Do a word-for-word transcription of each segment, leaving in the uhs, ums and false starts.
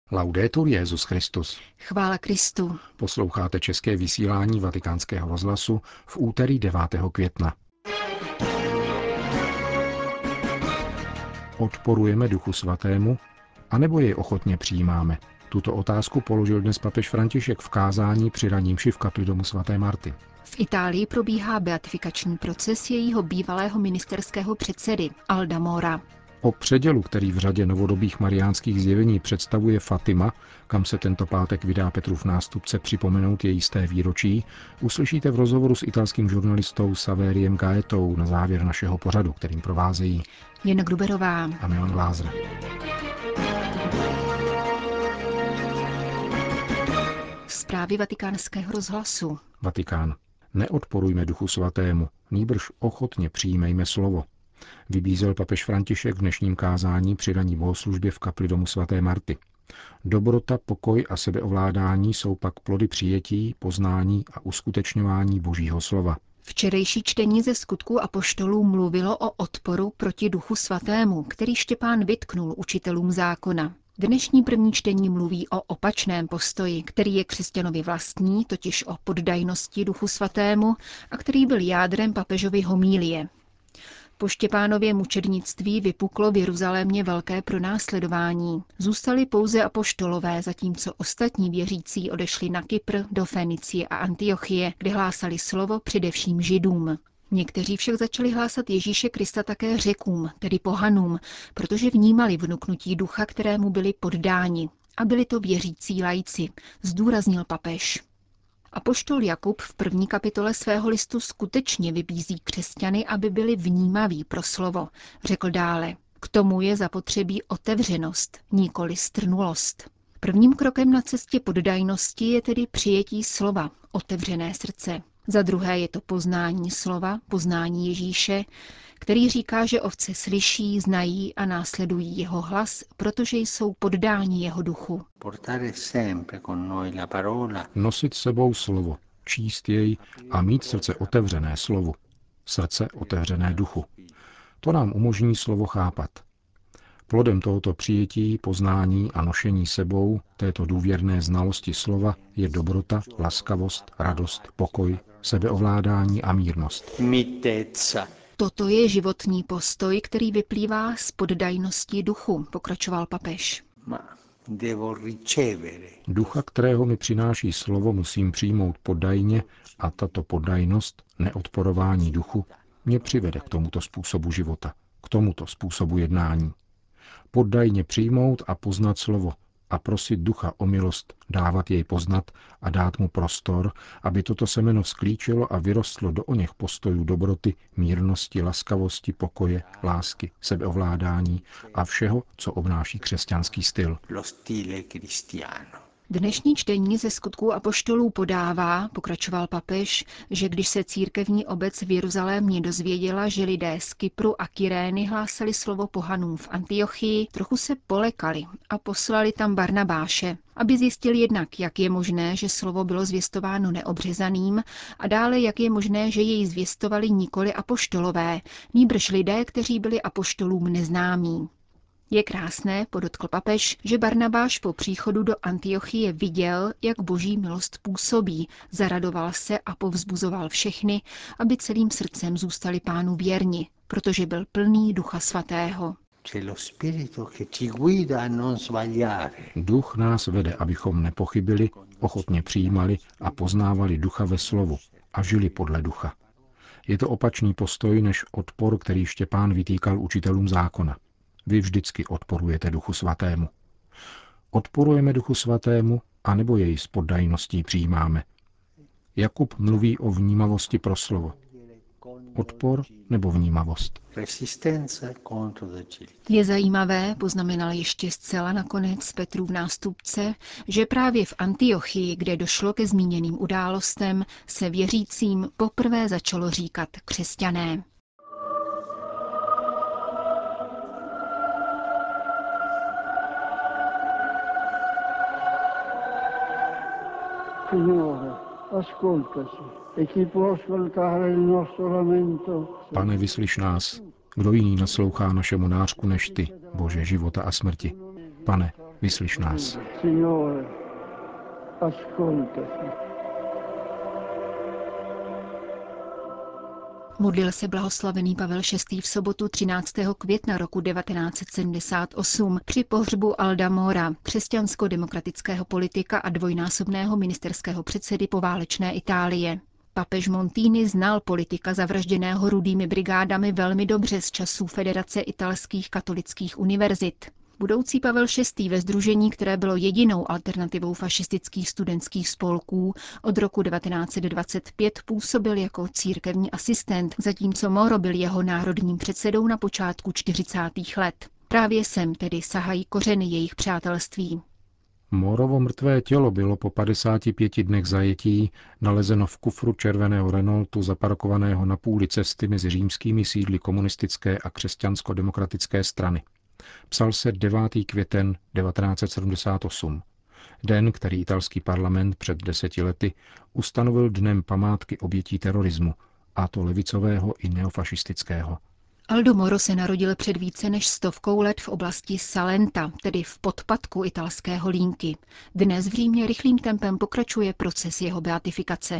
Laudetur Jesus Christus. Chvála Kristu. Posloucháte české vysílání Vatikánského rozhlasu v úterý devátého května. Odporujeme Duchu Svatému, anebo jej ochotně přijímáme? Tuto otázku položil dnes papež František v kázání při raní mši v kapli domu svaté Marty. V Itálii probíhá beatifikační proces jejího bývalého ministerského předsedy Alda Mora. O předělu, který v řadě novodobých mariánských zjevení představuje Fatima, kam se tento pátek vydá Petrův nástupce připomenout její sté výročí, uslyšíte v rozhovoru s italským žurnalistou Saveriem Gaetou na závěr našeho pořadu, kterým provázejí Jana Gruberová a Milan Glázer. Zprávy Vatikánského rozhlasu. Vatikán. Neodporujme Duchu Svatému, nýbrž ochotně přijmejme slovo. Vybízel papež František v dnešním kázání při ranní bohoslužbě v kapli domu svaté Marty. Dobrota, pokoj a sebeovládání jsou pak plody přijetí, poznání a uskutečňování Božího slova. Včerejší čtení ze Skutků apoštolů mluvilo o odporu proti Duchu Svatému, který Štěpán vytknul učitelům zákona. Dnešní první čtení mluví o opačném postoji, který je křesťanovi vlastní, totiž o poddajnosti Duchu Svatému, a který byl jádrem papežovy homílie. Po Štěpánově mučednictví vypuklo v Jeruzalémě velké pronásledování. Zůstali pouze apoštolové, zatímco ostatní věřící odešli na Kypr, do Fenicie a Antiochie, kde hlásali slovo především Židům. Někteří však začali hlásat Ježíše Krista také Řekům, tedy pohanům, protože vnímali vnuknutí ducha, kterému byli poddáni. A byli to věřící laici, zdůraznil papež. Apoštol Jakub v první kapitole svého listu skutečně vybízí křesťany, aby byli vnímaví pro slovo. Řekl dále, k tomu je zapotřebí otevřenost, nikoli strnulost. Prvním krokem na cestě poddajnosti je tedy přijetí slova, otevřené srdce. Za druhé je to poznání slova, poznání Ježíše, který říká, že ovce slyší, znají a následují jeho hlas, protože jsou poddáni jeho duchu. Nosit sebou slovo, číst jej a mít srdce otevřené slovu, srdce otevřené duchu. To nám umožní slovo chápat. Plodem tohoto přijetí, poznání a nošení sebou této důvěrné znalosti slova je dobrota, laskavost, radost, pokoj, sebeovládání a mírnost. Toto je životní postoj, který vyplývá z poddajnosti duchu, pokračoval papež. Ducha, kterého mi přináší slovo, musím přijmout poddajně a tato poddajnost, neodporování duchu, mě přivede k tomuto způsobu života, k tomuto způsobu jednání. Poddajně přijmout a poznat slovo a prosit ducha o milost, dávat jej poznat a dát mu prostor, aby toto semeno vzklíčilo a vyrostlo do oněch postojů dobroty, mírnosti, laskavosti, pokoje, lásky, sebeovládání a všeho, co obnáší křesťanský styl. Dnešní čtení ze Skutků apoštolů podává, pokračoval papež, že když se církevní obec v Jeruzalémě dozvěděla, že lidé z Kypru a Kyrény hlásali slovo pohanům v Antiochii, trochu se polekali a poslali tam Barnabáše, aby zjistili jednak, jak je možné, že slovo bylo zvěstováno neobřezaným, a dále, jak je možné, že jej zvěstovali nikoli apoštolové, nýbrž lidé, kteří byli apoštolům neznámí. Je krásné, podotkl papež, že Barnabáš po příchodu do Antiochie viděl, jak boží milost působí, zaradoval se a povzbuzoval všechny, aby celým srdcem zůstali Pánu věrni, protože byl plný Ducha Svatého. Duch nás vede, abychom nepochybili, ochotně přijímali a poznávali ducha ve slovu a žili podle ducha. Je to opačný postoj než odpor, který Štěpán vytýkal učitelům zákona. Vy vždycky odporujete Duchu Svatému. Odporujeme Duchu Svatému, anebo jej s poddajností přijímáme? Jakub mluví o vnímavosti pro slovo. Odpor nebo vnímavost? Je zajímavé, poznamenal ještě zcela nakonec Petrův nástupce, že právě v Antiochii, kde došlo ke zmíněným událostem, se věřícím poprvé začalo říkat křesťané. Pane, vyslyš nás. Kdo jiný naslouchá našemu nářku než ty, Bože života a smrti? Pane, vyslyš nás. Modlil se blahoslavený Pavel šestý. v sobotu třináctého května roku devatenáct set sedmdesát osm při pohřbu Alda Mora, křesťansko-demokratického politika a dvojnásobného ministerského předsedy poválečné Itálie. Papež Montini znal politika zavražděného Rudými brigádami velmi dobře z časů Federace italských katolických univerzit. Budoucí Pavel šestý. ve sdružení, které bylo jedinou alternativou fašistických studentských spolků, od roku devatenáct set dvacet pět působil jako církevní asistent, zatímco Moro byl jeho národním předsedou na počátku čtyřicátých let. Právě sem tedy sahají kořeny jejich přátelství. Morovo mrtvé tělo bylo po padesáti pěti dnech zajetí nalezeno v kufru červeného Renaultu zaparkovaného na půli cesty mezi římskými sídly komunistické a křesťansko-demokratické strany. Psal se devátý květen devatenáct set sedmdesát osm, den, který italský parlament před deseti lety ustanovil dnem památky obětí terorismu, a to levicového i neofašistického. Aldo Moro se narodil před více než stovkou let v oblasti Salenta, tedy v podpatku italského Línky. Dnes v Římě rychlým tempem pokračuje proces jeho beatifikace.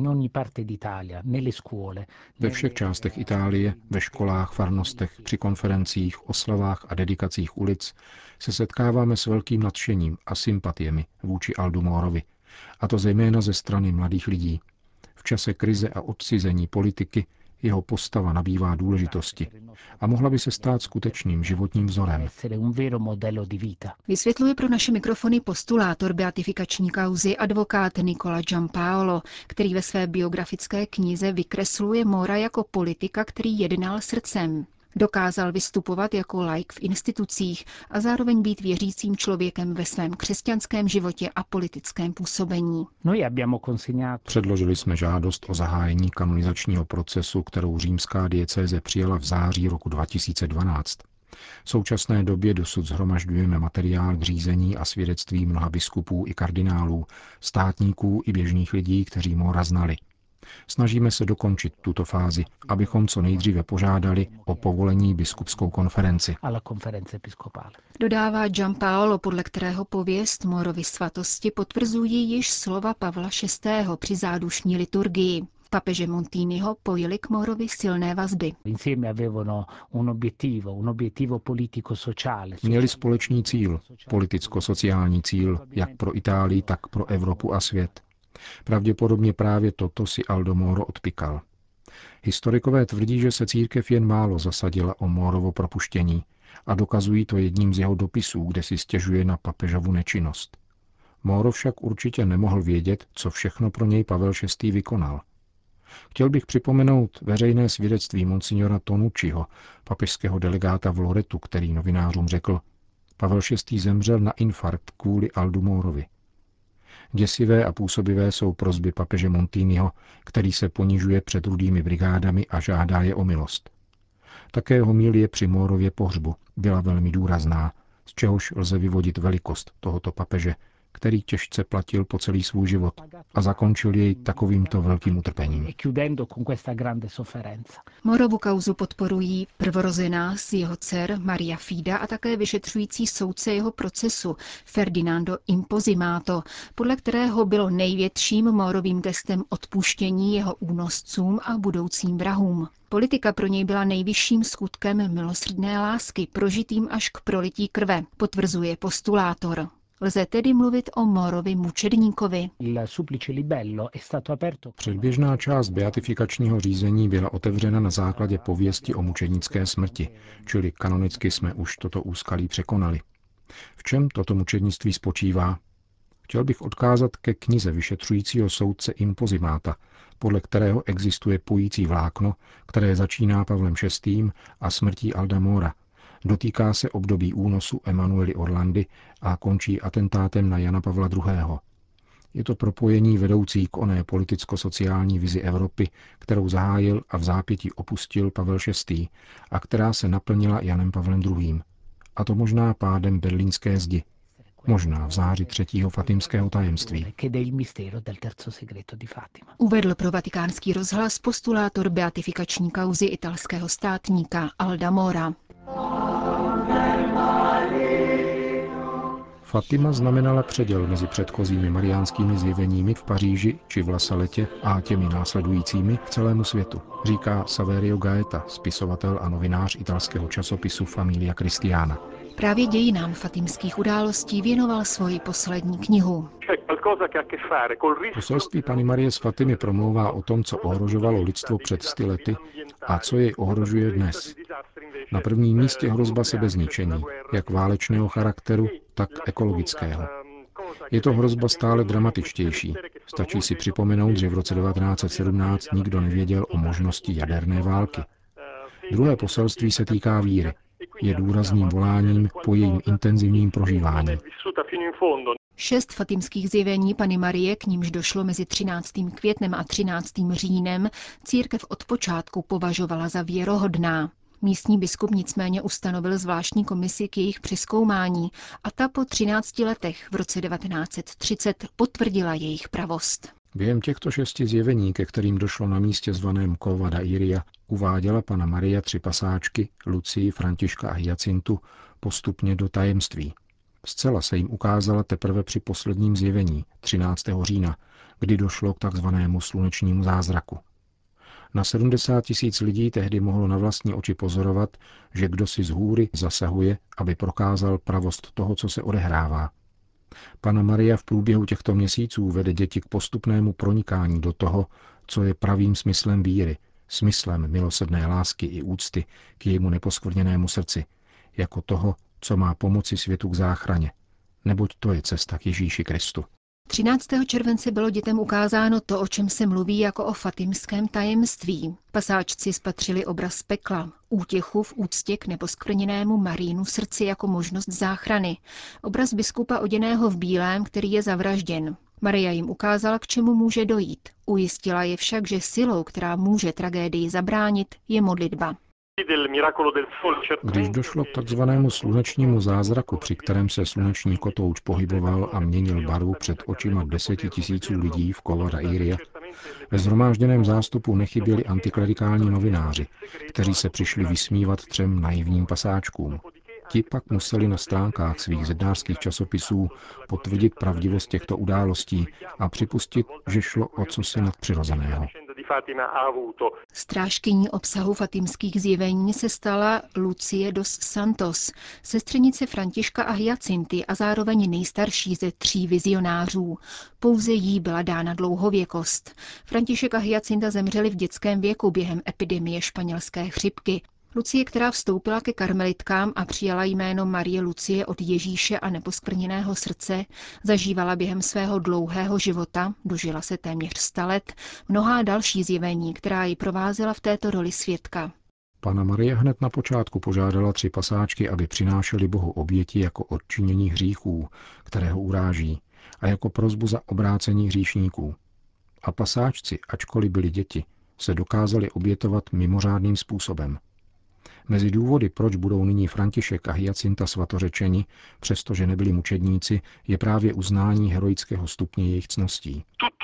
Ve všech částech Itálie, ve školách, farnostech, při konferencích, oslavách a dedikacích ulic se setkáváme s velkým nadšením a sympatiemi vůči Aldu Morovi, a to zejména ze strany mladých lidí. V čase krize a odcizení politiky jeho postava nabývá důležitosti a mohla by se stát skutečným životním vzorem. Vysvětluje pro naše mikrofony postulátor beatifikační kauzy advokát Nicola Giampaolo, který ve své biografické knize vykresluje Mora jako politika, který jednal srdcem. Dokázal vystupovat jako laik v institucích a zároveň být věřícím člověkem ve svém křesťanském životě a politickém působení. Předložili jsme žádost o zahájení kanonizačního procesu, kterou římská diecéze přijala v září roku dva tisíce dvanáct. V současné době dosud shromažďujeme materiál k řízení a svědectví mnoha biskupů i kardinálů, státníků i běžných lidí, kteří Mora znali. Snažíme se dokončit tuto fázi, abychom co nejdříve požádali o povolení biskupskou konferenci. Dodává Giampaolo, podle kterého pověst Morovy svatosti potvrzují již slova Pavla šestého. při zádušní liturgii. Papeže Montiniho pojili k Morovi silné vazby. Měli společný cíl, politicko-sociální cíl, jak pro Itálii, tak pro Evropu a svět. Pravděpodobně právě toto si Aldo Moro odpykal. Historikové tvrdí, že se církev jen málo zasadila o Morovo propuštění a dokazují to jedním z jeho dopisů, kde si stěžuje na papežovu nečinnost. Moro však určitě nemohl vědět, co všechno pro něj Pavel šestý. Vykonal. Chtěl bych připomenout veřejné svědectví monsignora Tonucciho, papežského delegáta v Loretu, který novinářům řekl: Pavel šestý. zemřel na infarkt kvůli Aldu Morovi. Děsivé a působivé jsou prosby papeže Montiniho, který se ponižuje před Rudými brigádami a žádá je o milost. Také homilie při Morově pohřbu byla velmi důrazná, z čehož lze vyvodit velikost tohoto papeže, který těžce platil po celý svůj život a zakončil jej takovýmto velkým utrpením. Morovu kauzu podporují prvorozená z jeho dcer Maria Fida a také vyšetřující soudce jeho procesu Ferdinando Imposimato, podle kterého bylo největším Morovým gestem odpuštění jeho únoscům a budoucím vrahům. Politika pro něj byla nejvyšším skutkem milosrdné lásky, prožitým až k prolití krve, potvrzuje postulátor. Lze tedy mluvit o Morovi mučedníkovi. Předběžná část beatifikačního řízení byla otevřena na základě pověsti o mučednické smrti, čili kanonicky jsme už toto úskalí překonali. V čem toto mučednictví spočívá? Chtěl bych odkázat ke knize vyšetřujícího soudce Imposimáta, podle kterého existuje pojící vlákno, které začíná Pavlem šestým. A smrtí Alda Mora. Dotýká se období únosu Emanuely Orlandy a končí atentátem na Jana Pavla druhého. Je to propojení vedoucí k oné politicko-sociální vizi Evropy, kterou zahájil a v zápětí opustil Pavel šestý. a která se naplnila Janem Pavlem druhým. A to možná pádem berlínské zdi. Možná v záři třetího fatimského tajemství. Uvedl pro Vatikánský rozhlas postulátor beatifikační kauzy italského státníka Alda Mora. Fatima znamenala předěl mezi předchozími mariánskými zjeveními v Paříži či v La Saletě a těmi následujícími k celému světu, říká Saverio Gaeta, spisovatel a novinář italského časopisu Familia Cristiana. Právě dějinám fatimských událostí věnoval svoji poslední knihu. Poselství Panny Marie z Fatimy promlouvá o tom, co ohrožovalo lidstvo před sty lety a co jej ohrožuje dnes. Na prvním místě hrozba sebezničení, jak válečného charakteru, tak ekologického. Je to hrozba stále dramatičtější. Stačí si připomenout, že v roce devatenáct set sedmnáct nikdo nevěděl o možnosti jaderné války. Druhé poselství se týká víry. Je důrazným voláním po jejím intenzivním prožívání. Šest fatimských zjevení Panny Marie, k nímž došlo mezi třináctým květnem a třináctým říjnem, církev od počátku považovala za věrohodná. Místní biskup nicméně ustanovil zvláštní komisi k jejich přezkoumání a ta po třinácti letech v roce devatenáct set třicet potvrdila jejich pravost. Během těchto šesti zjevení, ke kterým došlo na místě zvaném Cova da Iria, uváděla Panna Maria tři pasáčky, Lucii, Františka a Hyacintu, postupně do tajemství. Zcela se jim ukázala teprve při posledním zjevení, třináctého října, kdy došlo k takzvanému slunečnímu zázraku. Na sedmdesát tisíc lidí tehdy mohlo na vlastní oči pozorovat, že kdosi z hůry zasahuje, aby prokázal pravost toho, co se odehrává. Panna Maria v průběhu těchto měsíců vede děti k postupnému pronikání do toho, co je pravým smyslem víry, smyslem milosrdné lásky i úcty k jejímu neposkvrněnému srdci, jako toho, co má pomoci světu k záchraně, neboť to je cesta k Ježíši Kristu. třináctého července bylo dětem ukázáno to, o čem se mluví jako o fatimském tajemství. Pasáčci spatřili obraz pekla, útěchu v úctě k neposkvrněnému Marínu srdci jako možnost záchrany, obraz biskupa oděného v bílém, který je zavražděn. Maria jim ukázala, k čemu může dojít. Ujistila je však, že silou, která může tragédii zabránit, je modlitba. Když došlo k takzvanému slunečnímu zázraku, při kterém se sluneční kotouč pohyboval a měnil barvu před očima deseti tisíců lidí v Cova da Iria, ve shromážděném zástupu nechyběli antiklerikální novináři, kteří se přišli vysmívat třem naivním pasáčkům. Ti pak museli na stránkách svých zednářských časopisů potvrdit pravdivost těchto událostí a připustit, že šlo o cosi nadpřirozeného. Strážkyní obsahu fatimských zjevení se stala Lucie dos Santos, sestřenice Františka a Hyacinty a zároveň nejstarší ze tří vizionářů. Pouze jí byla dána dlouhověkost. František a Hyacinta zemřeli v dětském věku během epidemie španělské chřipky. Lucie, která vstoupila ke karmelitkám a přijala jméno Marie Lucie od Ježíše a neposkvrněného srdce, zažívala během svého dlouhého života, dožila se téměř sta let, mnohá další zjevení, která ji provázela v této roli svědka. Panna Marie hned na počátku požádala tři pasáčky, aby přinášeli Bohu oběti jako odčinění hříchů, které ho uráží, a jako prosbu za obrácení hříšníků. A pasáčci, ačkoliv byli děti, se dokázali obětovat mimořádným způsobem. Mezi důvody, proč budou nyní František a Hyacinta svatořečeni, přestože nebyli mučedníci, je právě uznání heroického stupně jejich ctností.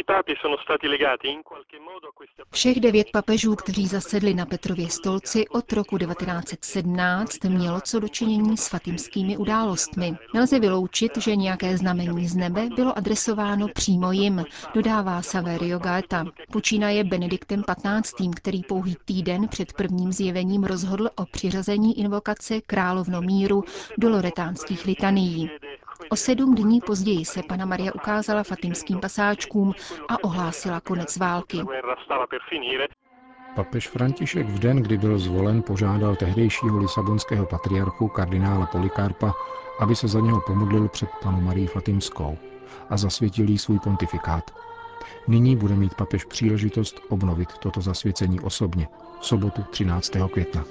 Všech devět papežů, kteří zasedli na Petrově stolci od roku devatenáct set sedmnáct, mělo co dočinění s fatimskými událostmi. Nelze vyloučit, že nějaké znamení z nebe bylo adresováno přímo jim, dodává Saverio Gaeta. Počínaje Benediktem patnáctým, který pouhý týden před prvním zjevením rozhodl o přiřazení invokace Královno míru do loretánských litanií. O sedm dní později se Panna Maria ukázala fatimským pasáčkům a ohlásila konec války. Papež František v den, kdy byl zvolen, požádal tehdejšího lisabonského patriarchu kardinála Polikarpa, aby se za něho pomodlil před Pannou Marií Fatimskou a zasvětil jí svůj pontifikát. Nyní bude mít papež příležitost obnovit toto zasvěcení osobně v sobotu třináctého května.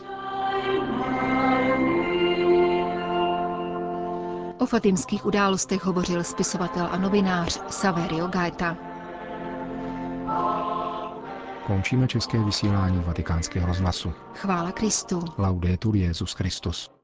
O fatimských událostech hovořil spisovatel a novinář Saverio Gaeta. Končíme české vysílání Vatikánského rozhlasu. Chvála Kristu. Laudetur Jesus Christus.